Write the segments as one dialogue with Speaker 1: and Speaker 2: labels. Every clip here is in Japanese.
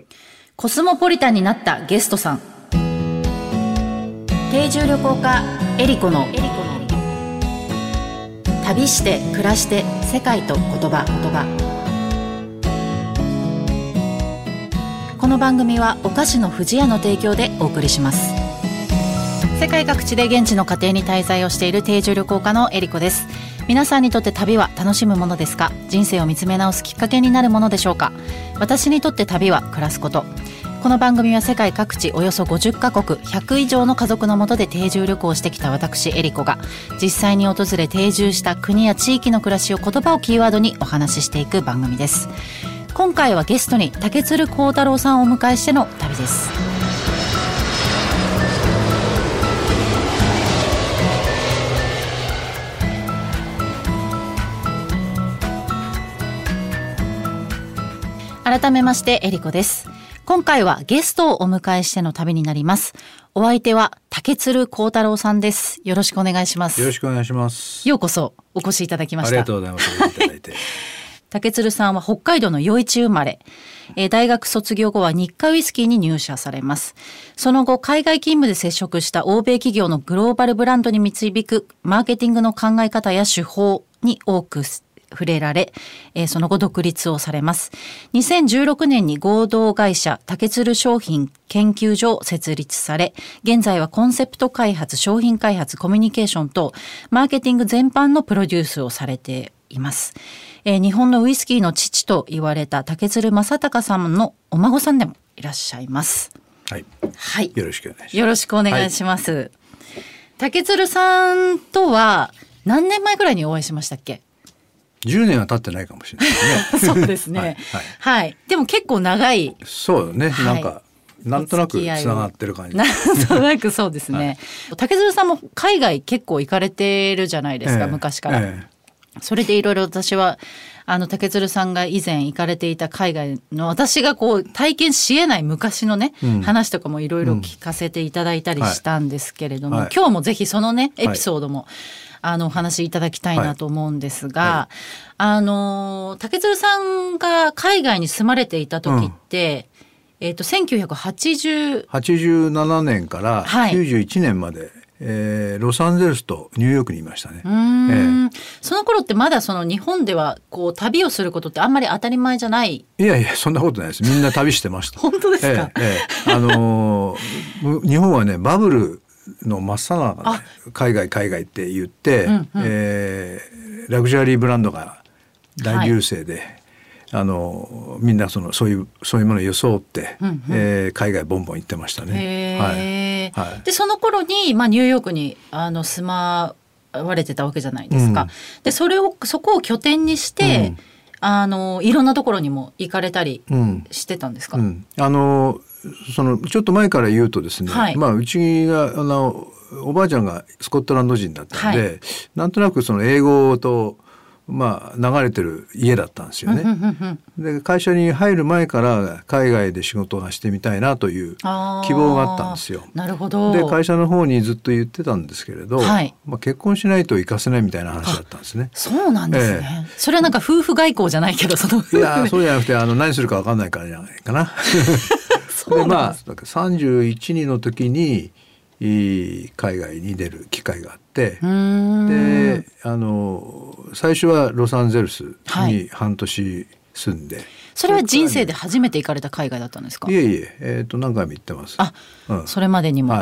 Speaker 1: コスモポリタンになったゲストさん。定住旅行家エリコの旅して暮らして世界と言葉。この番組はお菓子の不二家の提供でお送りします。世界各地で現地の家庭に滞在をしている定住旅行家のエリコです。皆さんにとって旅は楽しむものですか？人生を見つめ直すきっかけになるものでしょうか？私にとって旅は暮らすこと。この番組は世界各地およそ50カ国100以上の家族の下で定住旅行をしてきた私エリコが実際に訪れ定住した国や地域の暮らしを言葉をキーワードにお話ししていく番組です。今回はゲストに竹鶴光太郎さんをお迎えしての旅です。改めましてエリコです。今回はゲストをお迎えしての旅になります。お相手は竹鶴光太郎さんです。よろしくお願いします。
Speaker 2: よろしくお願いします。
Speaker 1: ようこそお越しいただきました。
Speaker 2: ありがとうございます。いただいて
Speaker 1: 竹鶴さんは北海道の余市生まれ、大学卒業後は日課ウイスキーに入社されます。その後海外勤務で接触した欧米企業のグローバルブランドに導くマーケティングの考え方や手法に多く触れられ、その後独立をされます。2016年に合同会社竹鶴商品研究所を設立され、現在はコンセプト開発、商品開発、コミュニケーションとマーケティング全般のプロデュースをされています。日本のウイスキーの父と言われた竹鶴正隆さんのお孫さんでもいらっしゃいます。
Speaker 2: はい、
Speaker 1: はい、
Speaker 2: よろしくお願いします。
Speaker 1: よろしくお願いします。はい、竹鶴さんとは何年前ぐらいにお会いしましたっけ
Speaker 2: ？10年は経ってないかもしれないですね。
Speaker 1: そうですね。はい、はい。でも結構長い。
Speaker 2: そうね。なんか、なんとなくつながってる感じ。
Speaker 1: なんとなくそうですね。はい、竹鶴さんも海外結構行かれてるじゃないですか、昔から。それでいろいろ私は竹鶴さんが以前行かれていた海外の私がこう体験し得ない昔のね、話とかもいろいろ聞かせていただいたりしたんですけれども、今日もぜひそのねエピソードも、お話しいただきたいなと思うんですが、竹鶴さんが海外に住まれていた時って、
Speaker 2: 1987年から91年まで、ロサンゼルスとニューヨークにいましたね。
Speaker 1: その頃ってまだその日本ではこう旅をすることってあんまり当たり前じゃない？
Speaker 2: いやいや、そんなことないです。みんな旅してました。
Speaker 1: 本当ですか？
Speaker 2: 日本はねバブルの真っ最中で、海外って言って、ラグジュアリーブランドが大流星で、みんなそういうものを装って、海外ボンボン行ってましたね。
Speaker 1: でその頃に、ニューヨークに住まわれてたわけじゃないですか。でそこを拠点にして、いろんなところにも行かれたりしてたんですか？
Speaker 2: ちょっと前から言うとですね、うちがおばあちゃんがスコットランド人だったんで、なんとなくその英語と流れてる家だったんですよね。で会社に入る前から海外で仕事がしてみたいなという希望があったんですよ。
Speaker 1: なるほど。で
Speaker 2: 会社の方にずっと言ってたんですけれど、結婚しないと行かせないみたいな話だったんですね。
Speaker 1: そうなんですね。それはなんか夫婦外交じゃないけど、い
Speaker 2: やそうじゃなくて何するか分かんないからじゃないかな。そうなんです。31、2の時に海外に出る機会があって、で最初はロサンゼルスに半年住んで、
Speaker 1: それは人生で初めて行かれた海外だったんですか？
Speaker 2: いえ、何回も行ってます。
Speaker 1: それまでにも。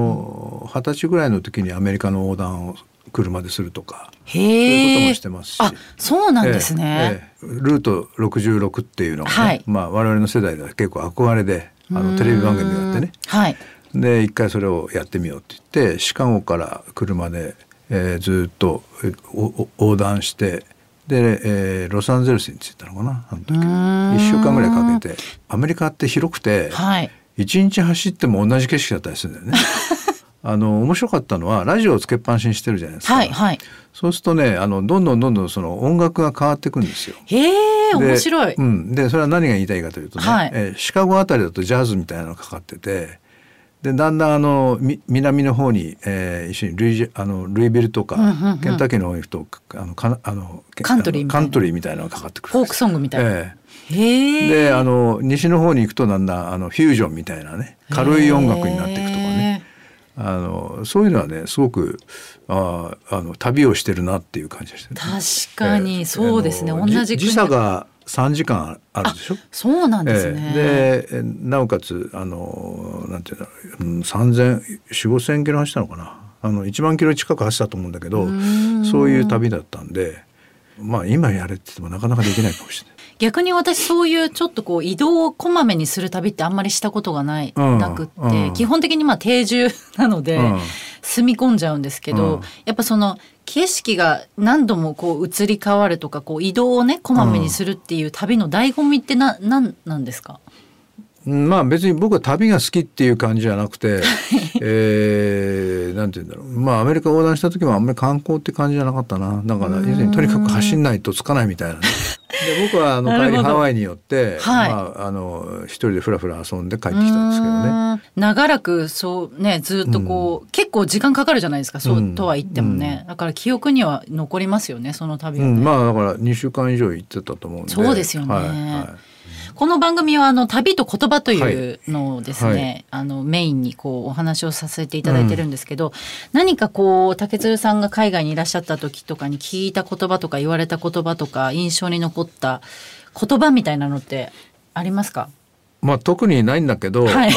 Speaker 2: 20歳ぐらいの時にアメリカの横断を車でするとか、そういうこともしてますし。
Speaker 1: そうなんですね。
Speaker 2: ルート66っていうのが、我々の世代では結構憧れでテレビ番組やってね。で一回それをやってみようって言ってシカゴから車で、ずっと横断してで、ロサンゼルスに着いたのかな、あの時1週間ぐらいかけて。アメリカって広くて、1日走っても同じ景色だったりするんだよね。面白かったのはラジオをつけっぱなしにしてるじゃないですか。そうするとねどんどんその音楽が変わっていくんですよ。
Speaker 1: 面白い。
Speaker 2: でそれは何が言いたいかというとね、シカゴあたりだとジャズみたいなのがかかってて、でだんだん南の方に、一緒にルイビルとか、ケンタッキーの方に行くとカントリーみたいなのがかかってくる。
Speaker 1: フォークソングみたいな。
Speaker 2: で西の方に行くとだんだんフュージョンみたいなね軽い音楽になっていくとかねそういうのはねすごく旅をしてるなっていう感じでしたね。
Speaker 1: 確かにそうですね。同じ
Speaker 2: 時差が3時間あるでしょ。
Speaker 1: そうなんですね。
Speaker 2: でなおかつなんていうんだろう、4,000-5,000キロ走ったのかな。1万キロ近く走ったと思うんだけど、そういう旅だったんで、まあ今やれって言ってもなかなかできないかもしれない。
Speaker 1: 逆に私そういうちょっとこう移動をこまめにする旅ってあんまりしたことがなくって、基本的に定住なので、住み込んじゃうんですけど、やっぱその景色が何度もこう移り変わるとかこう移動をねこまめにするっていう旅の醍醐味ってなんですか？
Speaker 2: まあ別に僕は旅が好きっていう感じじゃなくてなんて言うんだろう、まあアメリカ横断した時もあんまり観光って感じじゃなかったな。だから要するにとにかく走んないとつかないみたいなね。で僕は帰りハワイによって、一人でふらふら遊んで帰ってきたんですけどね。
Speaker 1: 長らくそうねずっとこう、結構時間かかるじゃないですか、そうとは言ってもね、だから記憶には残りますよねその旅はね。
Speaker 2: まあだから2週間以上行ってたと思うんで。
Speaker 1: そうですよね。この番組は旅と言葉というのをですね、メインにこうお話をさせていただいてるんですけど、何かこう竹鶴さんが海外にいらっしゃった時とかに聞いた言葉とか言われた言葉とか印象に残った言葉みたいなのってありますか？
Speaker 2: まあ特にないんだけど、そう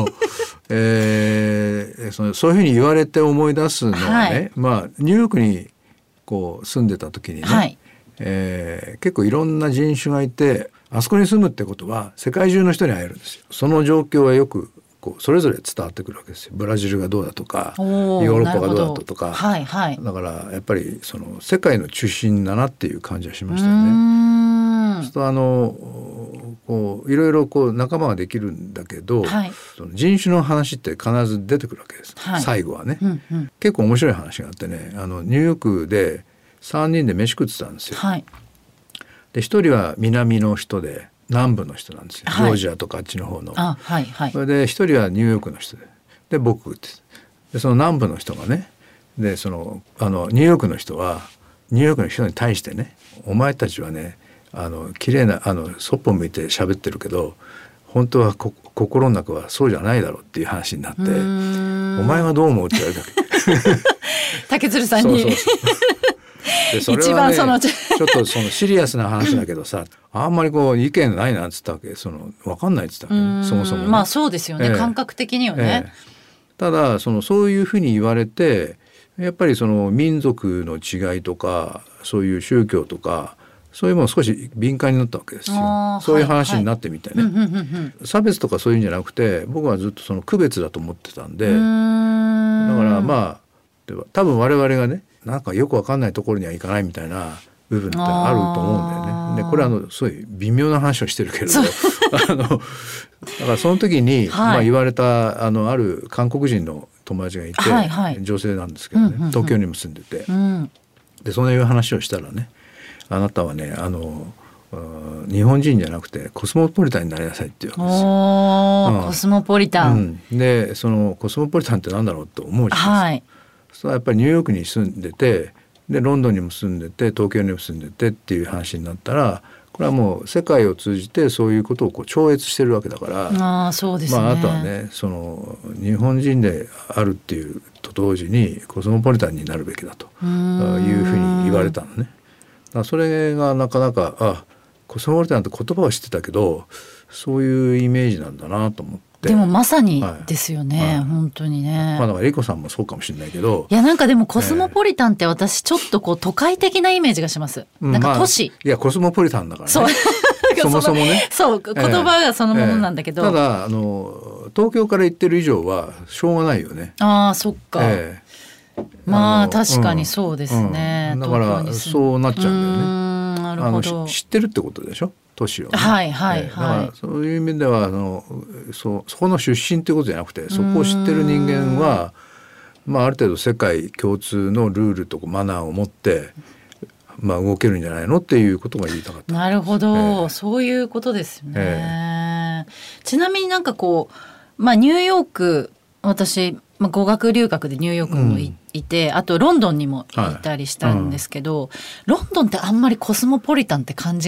Speaker 2: いうふうに言われて思い出すのはね、まあニューヨークにこう住んでた時にね、結構いろんな人種がいて、あそこに住むってことは世界中の人に会えるんですよ。その状況はよくこうそれぞれ伝わってくるわけですよ。ブラジルがどうだとかヨーロッパがどうだとか、だからやっぱりその世界の中心だなっていう感じがしましたよね。そうするとこういろいろこう仲間ができるんだけど、その人種の話って必ず出てくるわけです、最後はね、結構面白い話があってね、ニューヨークで3人で飯食ってたんですよ。で1人は南の人で南部の人なんですよ、ジョージアとかあっちの方の。それで1人はニューヨークの人で僕ってでその南部の人がね、でニューヨークの人はニューヨークの人に対してね、お前たちはね綺麗なそっぽ向いて喋ってるけど本当は心の中はそうじゃないだろうっていう話になって、お前がどう思うって言われたわけ
Speaker 1: 竹鶴さんに
Speaker 2: でそれはね、ちょっとそのシリアスな話だけどさ、あんまりこう意見ないなんつったわけ、分かんないっつったわけ、そもそもね。
Speaker 1: まあそうですよね、感覚的にはね。
Speaker 2: ただそういうふうに言われて、やっぱりその民族の違いとかそういう宗教とかそういうもの少し敏感になったわけですよ。そういう話になってみてね、差別とかそういうんじゃなくて、僕はずっとその区別だと思ってたんで、だからまあ多分我々がね、なんかよくわかんないところには行かないみたいな部分ってあると思うんだよね。でこれはすごい微妙な話をしてるけれどだからその時に、言われたある韓国人の友達がいて、女性なんですけどね、東京にも住んでて、でそういう話をしたらね、あなたはね日本人じゃなくてコスモポリタンになりなさいっていうわけです。
Speaker 1: コスモポリタン、
Speaker 2: でそのコスモポリタンってなんだろうって思うじゃないですか。そうやっぱりニューヨークに住んでて、でロンドンにも住んでて東京にも住んでてっていう話になったら、これはもう世界を通じてそういうことをこう超越してるわけだから、
Speaker 1: そうですね。
Speaker 2: あとはね、その日本人であるっていうと同時にコスモポリタンになるべきだというふうに言われたのね。だからそれがなかなかコスモポリタンって言葉は知ってたけど、そういうイメージなんだなと思って。
Speaker 1: でもまさにですよね、本当にね。
Speaker 2: だからリコさんもそうかもしれないけど、
Speaker 1: いやなんかでもコスモポリタンって私ちょっとこう都会的なイメージがします。なんか都市、
Speaker 2: いやコスモポリタンだからね。そもそもね。
Speaker 1: そう言葉がそのものなんだけど、
Speaker 2: ただ東京から行ってる以上はしょうがないよね。
Speaker 1: そっか。まあ確かにそうですね。
Speaker 2: だからそうなっちゃうんだよね。
Speaker 1: なるほど。
Speaker 2: 知ってるってことでしょ、都市を、ね。だからそういう意味ではそこの出身っていうことじゃなくて、そこを知ってる人間は、ある程度世界共通のルールとかマナーを持って、動けるんじゃないのっていうことが言いたかった。
Speaker 1: なるほど、そういうことですよね。ちなみになんかこう、ニューヨーク、私、語学留学でニューヨークもいて、あとロンドンにも行ったりしたんですけど、ロンドンってあんまりコスモポリタンって感じが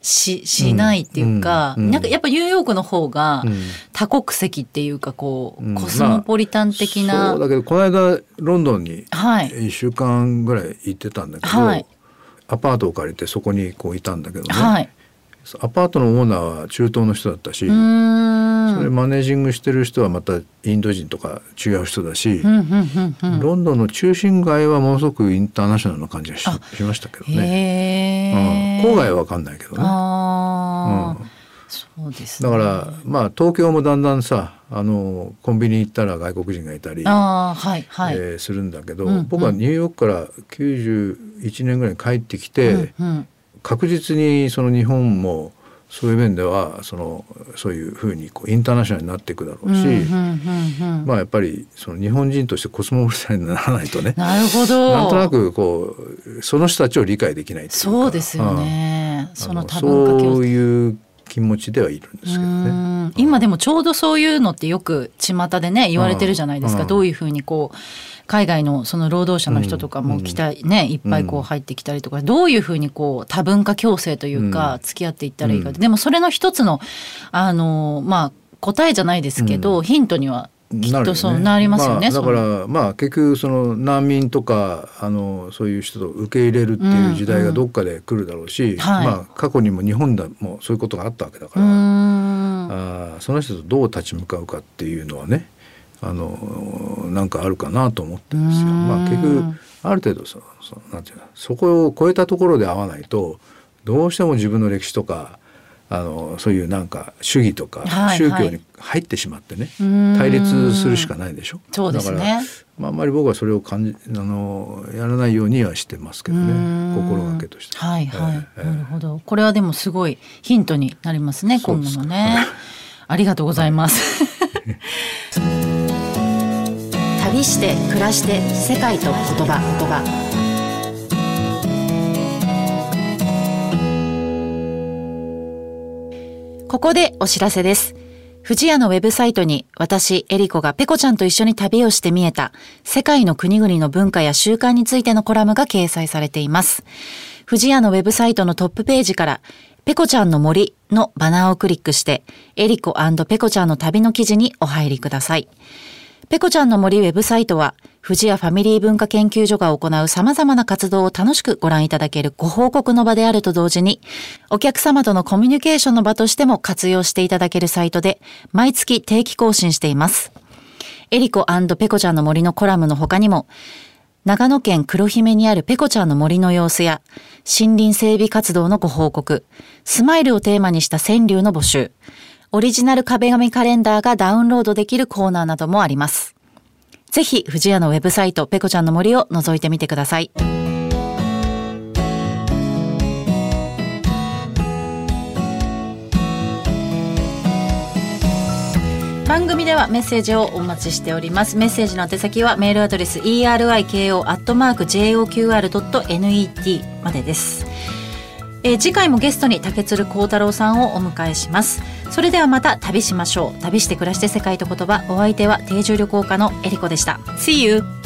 Speaker 1: しないっていうか、なんかやっぱニューヨークの方が多国籍っていうかこう、コスモポリタン的な、
Speaker 2: そうだけどこの間ロンドンに1週間ぐらい行ってたんだけど、アパートを借りてそこにこういたんだけどね、アパートのオーナーは中東の人だったし、それマネージングしてる人はまたインド人とか違う人だし、ロンドンの中心街はものすごくインターナショナルな感じが しましたけどね、郊外は分かんないけどね。
Speaker 1: そうですね、
Speaker 2: だからまあ東京もだんだんさコンビニ行ったら外国人がいたり、するんだけど、僕はニューヨークから91年ぐらいに帰ってきて、確実にその日本もそういう面ではそういうふうにこうインターナショナルになっていくだろうし、まあやっぱりその日本人としてコスモポリタンにならないとね、
Speaker 1: なるほど、
Speaker 2: なんとなくこうその人たちを理解できないっていうか、
Speaker 1: そうですよね、その多文化共生、
Speaker 2: そういう気持ちではいるんですけどね。
Speaker 1: 今でもちょうどそういうのってよく巷でね言われてるじゃないですか、どういうふうにこう海外のその労働者の人とかも来たね、いっぱいこう入ってきたりとか、どういうふうにこう多文化共生というか付き合っていったらいいか、でもそれの一つのまあ答えじゃないですけど、ヒントにはきっとそうなりますよね。
Speaker 2: だからまあ結局その難民とかそういう人を受け入れるっていう時代がどっかで来るだろうし、まあ過去にも日本でもそういうことがあったわけだから、その人とどう立ち向かうかっていうのはね、なんかあるかなと思ってるんですよ。まあ結局ある程度なんていうの、そこを超えたところで合わないとどうしても自分の歴史とかそういうなんか主義とか宗教に入ってしまってね、対立するしかないでしょ。
Speaker 1: そうですね。
Speaker 2: だから、まあ、あんまり僕はそれをやらないようにはしてますけどね、心がけとして。
Speaker 1: なるほど。これはでもすごいヒントになりますね、今後のね。ありがとうございます。旅して暮らして世界と言葉。ここでお知らせです。富士屋のウェブサイトに私、エリコがペコちゃんと一緒に旅をして見えた世界の国々の文化や習慣についてのコラムが掲載されています。富士屋のウェブサイトのトップページからペコちゃんの森のバナーをクリックしてエリコ&ペコちゃんの旅の記事にお入りください。ペコちゃんの森ウェブサイトは富士屋ファミリー文化研究所が行う様々な活動を楽しくご覧いただけるご報告の場であると同時に、お客様とのコミュニケーションの場としても活用していただけるサイトで、毎月定期更新しています。エリコ&ペコちゃんの森のコラムの他にも、長野県黒姫にあるペコちゃんの森の様子や、森林整備活動のご報告、スマイルをテーマにした川柳の募集、オリジナル壁紙カレンダーがダウンロードできるコーナーなどもあります。ぜひ、富士屋のウェブサイト、ペコちゃんの森を覗いてみてください。番組ではメッセージをお待ちしております。メッセージの宛先はメールアドレス eriko@joqr.net までです。次回もゲストに竹鶴光太郎さんをお迎えします。それではまた旅しましょう。旅して暮らして世界と言葉。お相手は定住旅行家のエリコでした。See you!